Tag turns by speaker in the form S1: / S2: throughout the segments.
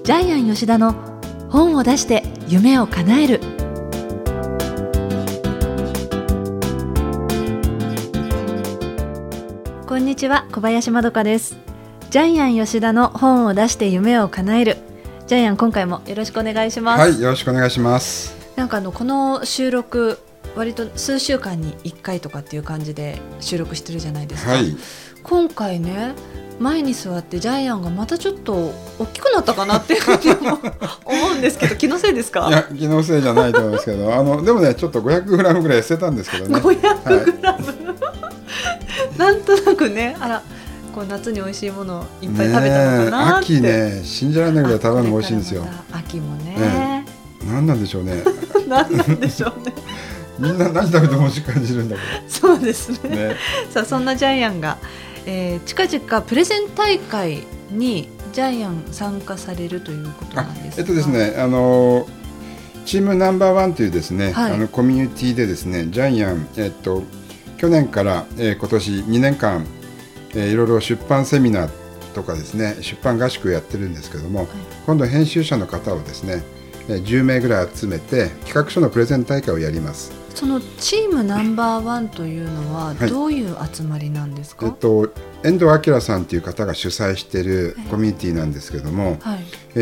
S1: ジャイアン吉田の本を出して夢を叶える。こんにちは、小林まどかです。ジャイアン吉田の本を出して夢を叶える。ジャイアン、今回もよろしくお願いします。
S2: はい、よろしくお願いします。
S1: なんかこの収録割と数週間に1回とかっていう感じで収録してるじゃないですか、
S2: はい、
S1: 今回ね、前に座ってジャイアンがまたちょっと大きくなったかなっていうふうにも思うんですけど、気のせいですか？
S2: いや、気のせいじゃないと思いますけどでもね、ちょっと 500g ぐらい捨てたんですけどね。
S1: 500g、はい、なんとなくね、こう夏に美味しいものをいっぱい食べたのかなって、
S2: 秋ね、信じられないぐらい食べるの美味しいんですよ。
S1: 秋もね、
S2: 何なんでしょうね。
S1: 何なんでしょうね。
S2: みんな何食べても美味しく感じるんだけど。
S1: そうですね。さあ、そんなジャイアンが、近々プレゼン大会にジャイアン参加されるということなんですが、
S2: ですね、チームナンバーワンというですね、
S1: はい、
S2: コミュニティでですね、ジャイアン、去年から、今年2年間、いろいろ出版セミナーとかですね、出版合宿をやってるんですけども、はい、今度編集者の方をですね、10名ぐらい集めて企画書のプレゼン大会をやります。
S1: そのチームナンバーワンというのはどういう集まりなんですか？
S2: 遠藤明さんという方が主催しているコミュニティなんですけども、はい、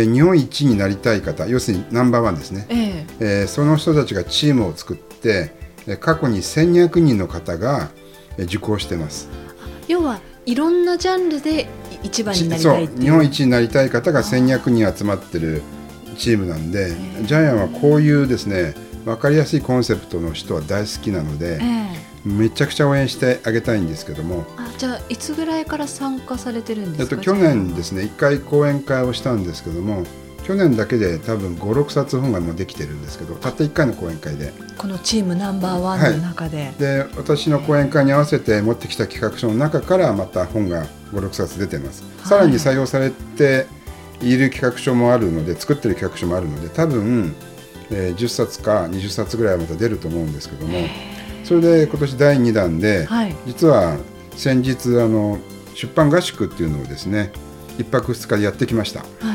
S2: 日本一になりたい方、要するにナンバーワンですね、その人たちがチームを作って過去に1200人の方が受講しています。
S1: 要はいろんなジャンルで一番になりたいっていう、
S2: そう、日本一になりたい方が1200人集まってるチームなんで、ジャイアンはこういうですね、分かりやすいコンセプトの人は大好きなので、めちゃくちゃ応援してあげたいんですけども。
S1: じゃあいつぐらいから参加されてるんですか？
S2: 去年ですね、1回講演会をしたんですけども、去年だけで多分 5,6 冊本がもうできてるんですけど、たった1回の講演会で、
S1: このチームナンバーワンの中で、
S2: はい、で私の講演会に合わせて持ってきた企画書の中からまた本が 5,6 冊出てます、はい、さらに採用されている企画書もあるので、作ってる企画書もあるので、多分10冊か20冊ぐらいはまた出ると思うんですけども、それで今年第2弾で、はい、実は先日出版合宿っていうのをですね、1泊2日でやってきました、はい、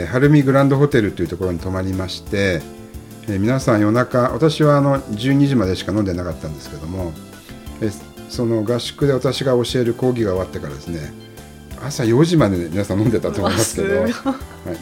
S2: 晴海グランドホテルというところに泊まりまして、皆さん夜中、私は12時までしか飲んでなかったんですけども、その合宿で私が教える講義が終わってからですね、朝4時まで皆さん飲んでたと思いますけど、はい、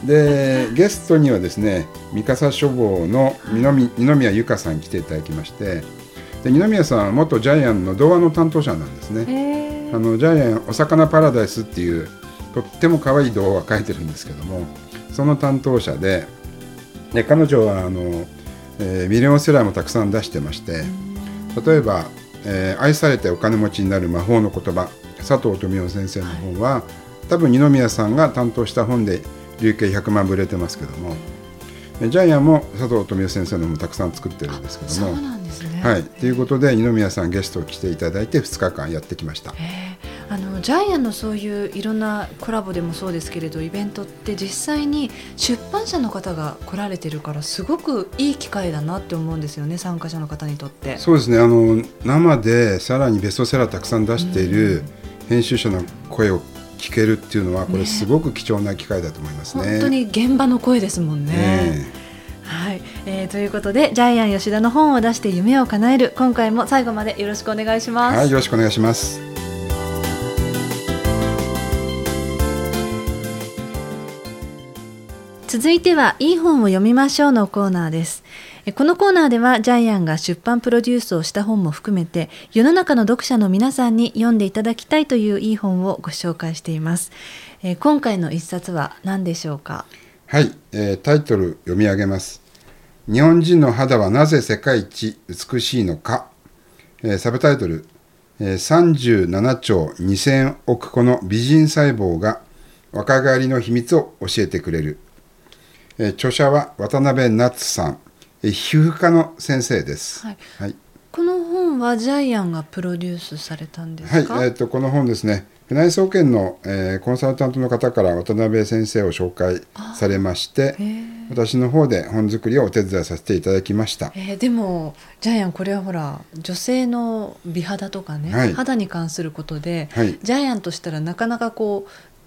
S2: でゲストにはですね、三笠書房の二宮由香さん来ていただきまして、で二宮さんは元ジャイアンの童話の担当者なんですね。ジャイアンお魚パラダイスっていうとっても可愛い童話を書いてるんですけども、その担当者で、彼女はミリオンセラーもたくさん出してまして、例えば、愛されてお金持ちになる魔法の言葉、佐藤富夫先生の本は、はい、多分二宮さんが担当した本で累計100万部売れてますけども、ジャイアンも佐藤富夫先生の本もたくさん作ってるんですけども、
S1: そうなんですね。
S2: はい、ということで二宮さんゲストを来ていただいて2日間やってきました。
S1: ジャイアンのそういういろんなコラボでもそうですけれど、イベントって実際に出版社の方が来られてるから、すごくいい機会だなって思うんですよね、参加者の方にとって。
S2: そうですね、生でさらにベストセラーたくさん出している編集者の声を聞けるっていうのは、これすごく貴重な機会だと思いますね。
S1: 本当に現場の声ですもんね。はい、ということでジャイアン吉田の本を出して夢を叶える、今回も最後までよろしくお願いします。
S2: はい、よろしくお願いします。
S1: 続いてはいい本を読みましょうのコーナーです。このコーナーではジャイアンが出版プロデュースをした本も含めて、世の中の読者の皆さんに読んでいただきたいといういい本をご紹介しています。今回の一冊は何でしょうか？
S2: はい、タイトル読み上げます。日本人の肌はなぜ世界一美しいのか。サブタイトル、37兆2000億個の美人細胞が若返りの秘密を教えてくれる。著者は渡辺夏さん、皮膚科の先生です。
S1: はいはい、この本はジャイアンがプロデュースされたんですか？
S2: はい、この本ですね、船井総研の、コンサルタントの方から渡辺先生を紹介されまして、私の方で本作りをお手伝いさせていただきました。
S1: でもジャイアン、これはほら女性の美肌とかね、はい、肌に関することで、はい、ジャイアンとしたらなかなかこう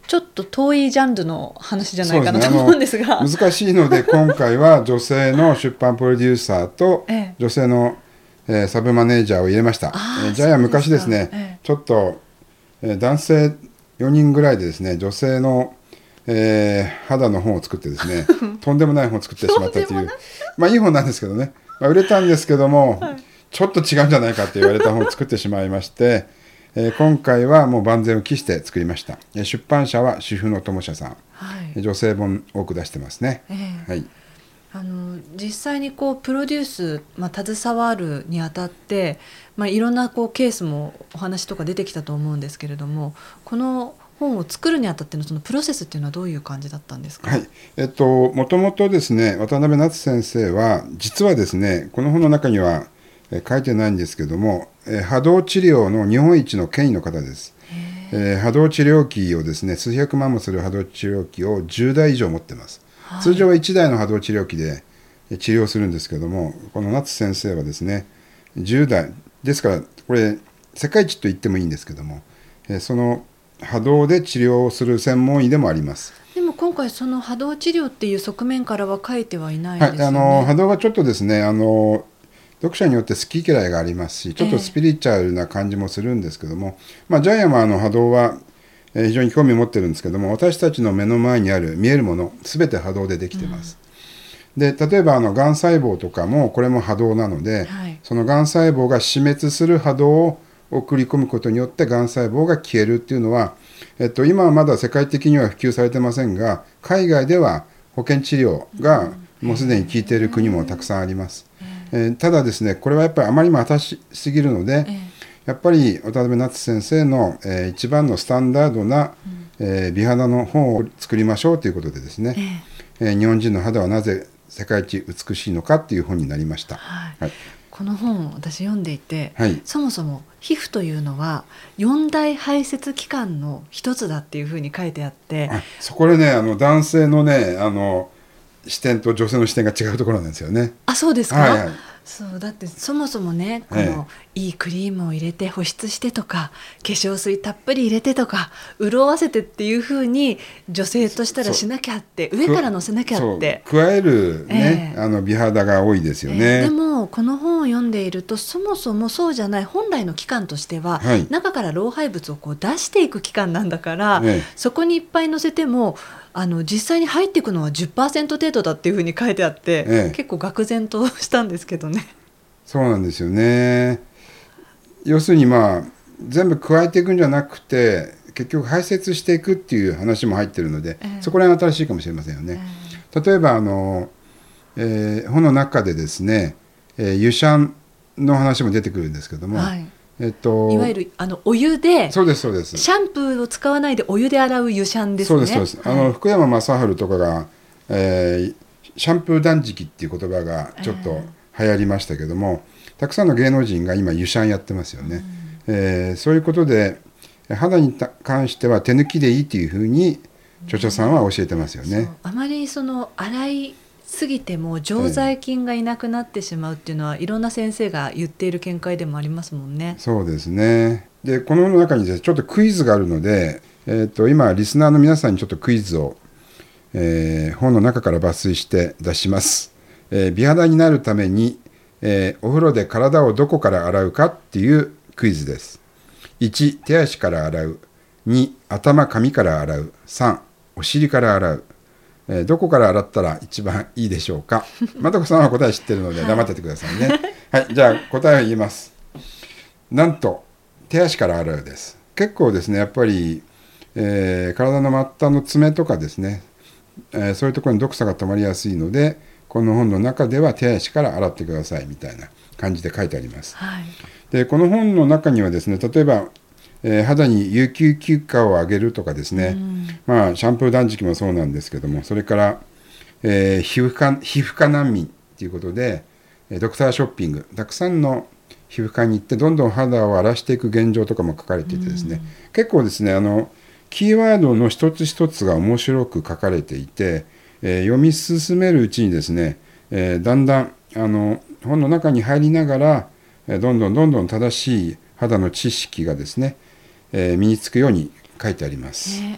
S1: ちょっと遠いジャンルの話じゃないかなと思うんですが、
S2: 難しいので今回は女性の出版プロデューサーと女性の、サブマネージャーを入れました。ジャイアン昔ですね、ちょっと、男性4人ぐらいでですね、女性の、肌の本を作ってですねとんでもない本を作ってしまったといういい本なんですけどね、売れたんですけども、ちょっと違うんじゃないかって言われた本を作ってしまいまして今回はもう万全を期して作りました。出版社は主婦の友社さん、女性本多く出してますね。はい、
S1: 実際にこうプロデュース、携わるにあたって、いろんなこうケースもお話とか出てきたと思うんですけれども、この本を作るにあたってのそのプロセスっていうのはどういう感じだったんですか？
S2: はい、もともとですね、渡辺夏先生は実はですね、この本の中には書いてないんですけども、波動治療の日本一の権威の方です。波動治療器をですね、数百万もする波動治療器を10台以上持ってます。通常は1台の波動治療器で治療するんですけども、この夏先生はですね10台ですから、これ世界一と言ってもいいんですけども、その波動で治療をする専門医でもあります。
S1: でも今回その波動治療っていう側面からは書いてはいないですよね。
S2: 波動はちょっとですね、読者によって好き嫌いがありますし、ちょっとスピリチュアルな感じもするんですけども、ジャイアンは波動は非常に興味を持ってるんですけども、私たちの目の前にある見えるもの全て波動でできてます。で例えばがん細胞とかもこれも波動なので、そのがん細胞が死滅する波動を送り込むことによってがん細胞が消えるっていうのは、今はまだ世界的には普及されてませんが、海外では保険治療がもうすでに効いている国もたくさんあります。ただですね、これはやっぱりあまりにも新しすぎるので、やっぱり渡辺夏先生の、一番のスタンダードな、美肌の本を作りましょうということでですね、日本人の肌はなぜ世界一美しいのかっていう本になりました。
S1: この本を私読んでいて、そもそも皮膚というのは4大排泄器官の一つだっていうふうに書いてあって、
S2: そこでね、男性のね視点と女性の視点が違うところなんですよね。
S1: そうですか。そうだってそもそもね、このいいクリームを入れて保湿してとか、化粧水たっぷり入れてとか潤わせてっていうふうに女性としたらしなきゃって、上から乗せなきゃって
S2: 加える、ね美肌が多いですよね。
S1: でもこの本を読んでいると、そもそもそうじゃない本来の器官としては、中から老廃物をこう出していく器官なんだから、そこにいっぱい乗せても実際に入っていくのは 10% 程度だっていうふうに書いてあって、結構愕然としたんですけどね。
S2: そうなんですよね。要するに全部加えていくんじゃなくて、結局排泄していくっていう話も入ってるので、そこら辺は新しいかもしれませんよね。例えば本の中でですね、湯シャンの話も出てくるんですけども、
S1: いわゆるお湯で、
S2: そうですそうです、
S1: シャンプーを使わないでお湯で洗う湯シャンですね。
S2: そうです。福山雅治とかが、シャンプー断食っていう言葉がちょっと流行りましたけども、たくさんの芸能人が今湯シャンやってますよね。そういうことで肌に関しては手抜きでいいというふうに著者さんは教えてますよね。
S1: あまり洗いすぎても常在菌がいなくなってしまうっていうのは、いろんな先生が言っている見解でもありますもんね。
S2: そうですね。でこの中にですね、ちょっとクイズがあるので、今リスナーの皆さんにちょっとクイズを、本の中から抜粋して出します。美肌になるために、お風呂で体をどこから洗うかっていうクイズです。1、手足から洗う。2、頭髪から洗う。3、お尻から洗う。どこから洗ったら一番いいでしょうか。まとこさんは答え知ってるので黙っててくださいね。じゃあ答えを言います。なんと手足から洗うです。結構ですね、やっぱり、体の末端の爪とかですね、そういうところに毒素が溜まりやすいので、この本の中では手足から洗ってくださいみたいな感じで書いてあります。でこの本の中にはですね、例えば肌に有給休暇をあげるとかですね、シャンプー断食もそうなんですけども、それから、皮膚科難民ということで、ドクターショッピング、たくさんの皮膚科に行ってどんどん肌を荒らしていく現状とかも書かれていてですね、結構ですね、キーワードの一つ一つが面白く書かれていて、読み進めるうちにですね、だんだん本の中に入りながら、どんどん正しい肌の知識がですね、身につくように書いてあります。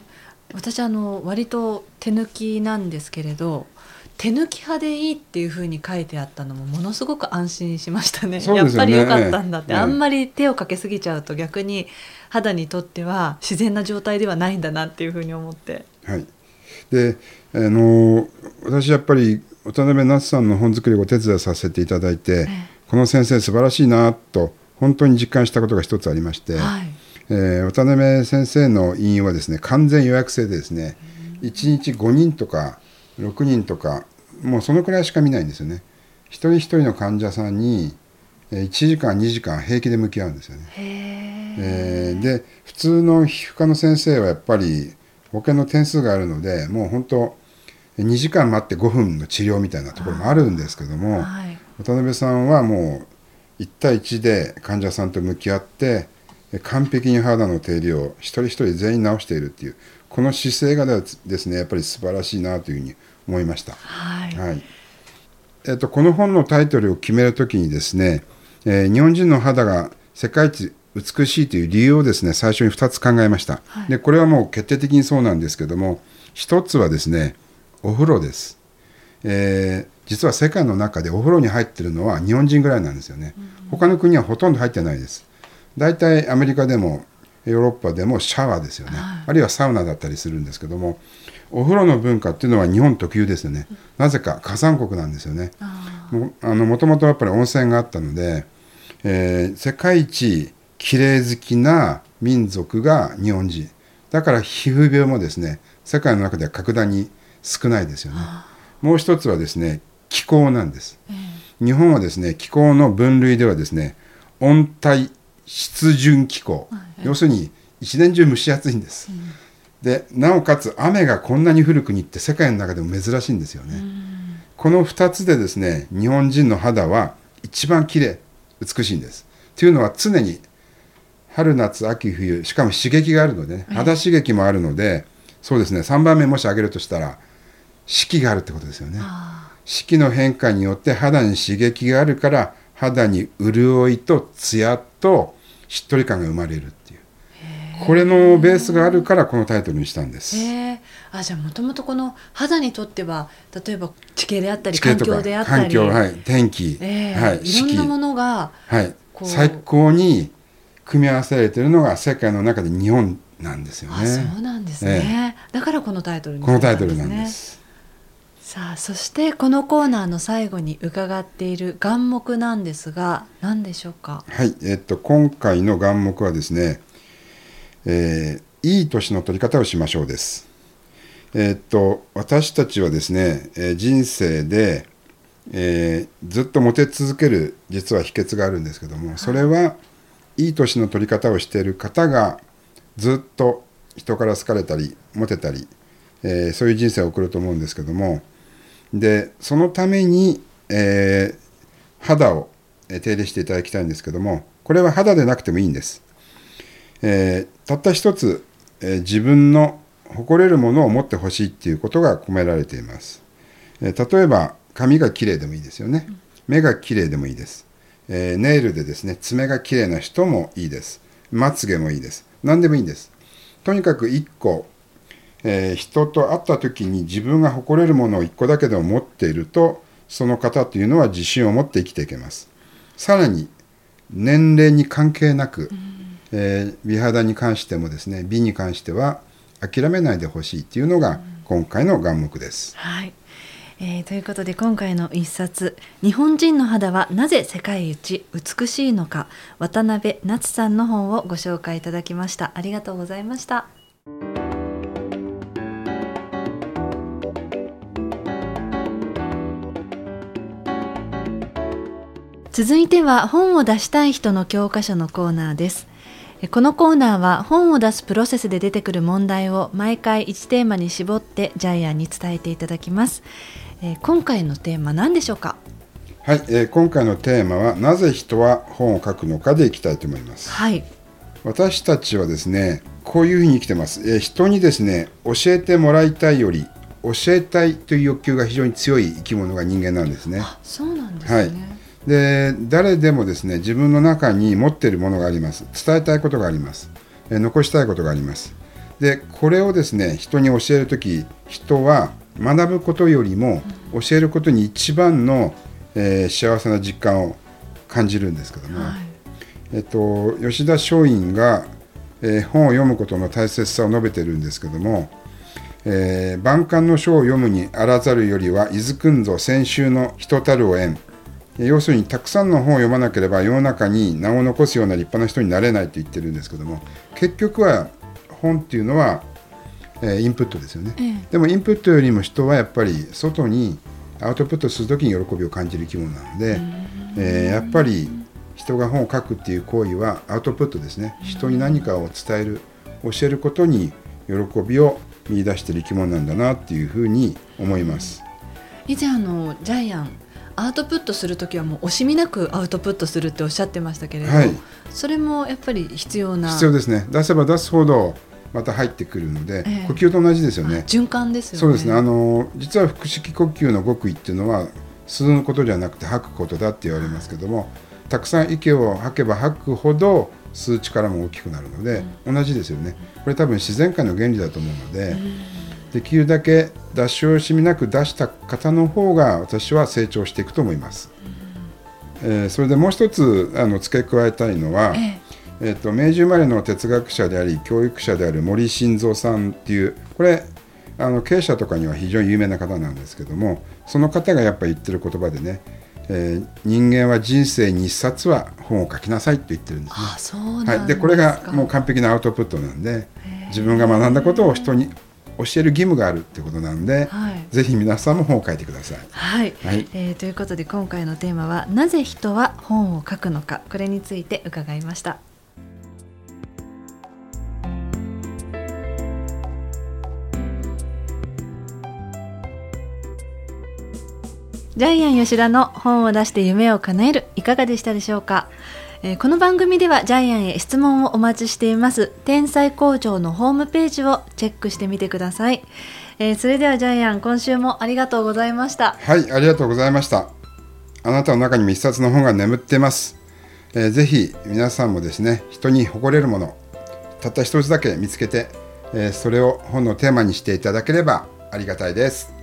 S1: 私割と手抜きなんですけれど、手抜き派でいいっていう風に書いてあったのもものすごく安心しましたね。
S2: そうですよね。
S1: やっぱり良かったんだって、あんまり手をかけすぎちゃうと逆に肌にとっては自然な状態ではないんだなっていう風に思って、
S2: はい。で、私やっぱり渡辺夏さんの本作りをお手伝いさせていただいて、この先生素晴らしいなと本当に実感したことが一つありまして、はい、渡辺先生の引用はですね、完全予約制でですね、1日5人とか6人とかもうそのくらいしか見ないんですよね。一人一人の患者さんに1時間2時間平気で向き合うんですよね。で普通の皮膚科の先生はやっぱり保険の点数があるので、もう本当2時間待って5分の治療みたいなところもあるんですけども、はい、渡辺さんはもう1対1で患者さんと向き合って完璧に肌の手入れを一人一人全員直しているっていう、この姿勢がですね、やっぱり素晴らしいなというふうに思いました。はいはい。この本のタイトルを決めるときにですね、日本人の肌が世界一美しいという理由をですね、最初に2つ考えました。はい、でこれはもう決定的にそうなんですけども、1つはですね、お風呂です。実は世界の中でお風呂に入っているのは日本人ぐらいなんですよね。他の国はほとんど入ってないです。だいたいアメリカでもヨーロッパでもシャワーですよね、はい、あるいはサウナだったりするんですけども、お風呂の文化っていうのは日本特有ですよね。なぜか火山国なんですよね。もともとやっぱり温泉があったので、世界一きれい好きな民族が日本人だから、皮膚病もですね、世界の中では格段に少ないですよね。もう一つはですね、気候なんです。日本はですね、気候の分類ではですね、温帯湿潤気候、要するに一年中蒸し暑いんです。でなおかつ雨がこんなに降る国って世界の中でも珍しいんですよね。この2つでですね、日本人の肌は一番きれい美しいんです。というのは常に春夏秋冬、しかも刺激があるので、ね、肌刺激もあるので、そうですね、3番目もし挙げるとしたら四季があるってことですよね。四季の変化によって肌に刺激があるから、肌に潤いとツヤとしっとり感が生まれるっていう、これのベースがあるからこのタイトルにしたんです。
S1: じゃあもともとこの肌にとっては、例えば地形であったり環境であったり、
S2: はい、天気、はい、
S1: いろんなものが、
S2: はい、最高に組み合わせられているのが世界の中で日本なんですよね。
S1: そうなんですね。だからこのタイトルにしたんですね。このタイトルなんです。さあ、そしてこのコーナーの最後に伺っている眼目なんですが、何でしょうか。
S2: はい、今回の眼目はですね、いい年の取り方をしましょうです。私たちはですね、人生で、ずっとモテ続ける実は秘訣があるんですけども、それはいい年の取り方をしている方がずっと人から好かれたりモテたり、そういう人生を送ると思うんですけども、でそのために、肌を手入れしていただきたいんですけども、これは肌でなくてもいいんです。たった一つ、自分の誇れるものを持ってほしいっていうことが込められています。例えば髪がきれいでもいいですよね。目がきれいでもいいです。ネイルでですね、爪がきれいな人もいいです。まつげもいいです。何でもいいんです。とにかく一個、人と会った時に自分が誇れるものを一個だけでも持っていると、その方というのは自信を持って生きていけます。さらに年齢に関係なく、美肌に関してもですね、美に関しては諦めないでほしいというのが今回の眼目です。
S1: はい、ということで今回の一冊、日本人の肌はなぜ世界一美しいのか、渡辺夏さんの本をご紹介いただきました。ありがとうございました。続いては本を出したい人の教科書のコーナーです。このコーナーは本を出すプロセスで出てくる問題を毎回1テーマに絞ってジャイアンに伝えていただきます。今回のテーマ何でしょうか。
S2: はい、今回のテーマはなぜ人は本を書くのかでいきたいと思います。
S1: はい、
S2: 私たちはですね、こういうふうに生きてます。人にですね、教えてもらいたいより教えたいという欲求が非常に強い生き物が人間なんですね。
S1: そうなんですね。はい、
S2: で誰でもですね、自分の中に持っているものがあります。伝えたいことがあります。残したいことがあります。 でこれをですね人に教えるとき、人は学ぶことよりも教えることに一番の、幸せな実感を感じるんですけども、吉田松陰が、本を読むことの大切さを述べてるんですけども、万感の書を読むにあらざるよりはいずくんぞ先週の人たるを得ん。要するにたくさんの本を読まなければ世の中に名を残すような立派な人になれないと言ってるんですけども、結局は本っていうのは、インプットですよね、でもインプットよりも人はやっぱり外にアウトプットするときに喜びを感じる生き物なので、やっぱり人が本を書くっていう行為はアウトプットですね。人に何かを伝える、教えることに喜びを見出している生き物なんだなっていうふうに思います。
S1: 以前ジャイアンアウトプットするときはもう惜しみなくアウトプットするっておっしゃってましたけれど、それもやっぱり必要
S2: ですね。出せば出すほどまた入ってくるので、呼吸と同じですよね。
S1: 循環ですよね。
S2: そうですね。実は腹式呼吸の極意っていうのは吸うことじゃなくて吐くことだって言われますけども、たくさん息を吐けば吐くほど吸う力も大きくなるので、同じですよね。これ多分自然界の原理だと思うので、できるだけ出し惜しみなく出した方の方が私は成長していくと思います。それでもう一つ付け加えたいのは、明治生まれの哲学者であり教育者である森晋三さんっていう、これ経営者とかには非常に有名な方なんですけども、その方がやっぱり言ってる言葉でね、人間は人生に一冊は本を書きなさいと言ってるんですね。
S1: そうなんですか。
S2: でこれがもう完璧なアウトプットなんで、自分が学んだことを人に教える義務があるということなので、ぜひ皆さんも本を書いてください。
S1: ということで今回のテーマはなぜ人は本を書くのか、これについて伺いました。ジャイアン吉田の本を出して夢を叶える、いかがでしたでしょうか。この番組ではジャイアンへ質問をお待ちしています。天才工場のホームページをチェックしてみてください。それではジャイアン、今週もありがとうございました。
S2: ありがとうございました。あなたの中にも一冊の本が眠っています。ぜひ皆さんもですね、人に誇れるものたった一つだけ見つけて、それを本のテーマにしていただければありがたいです。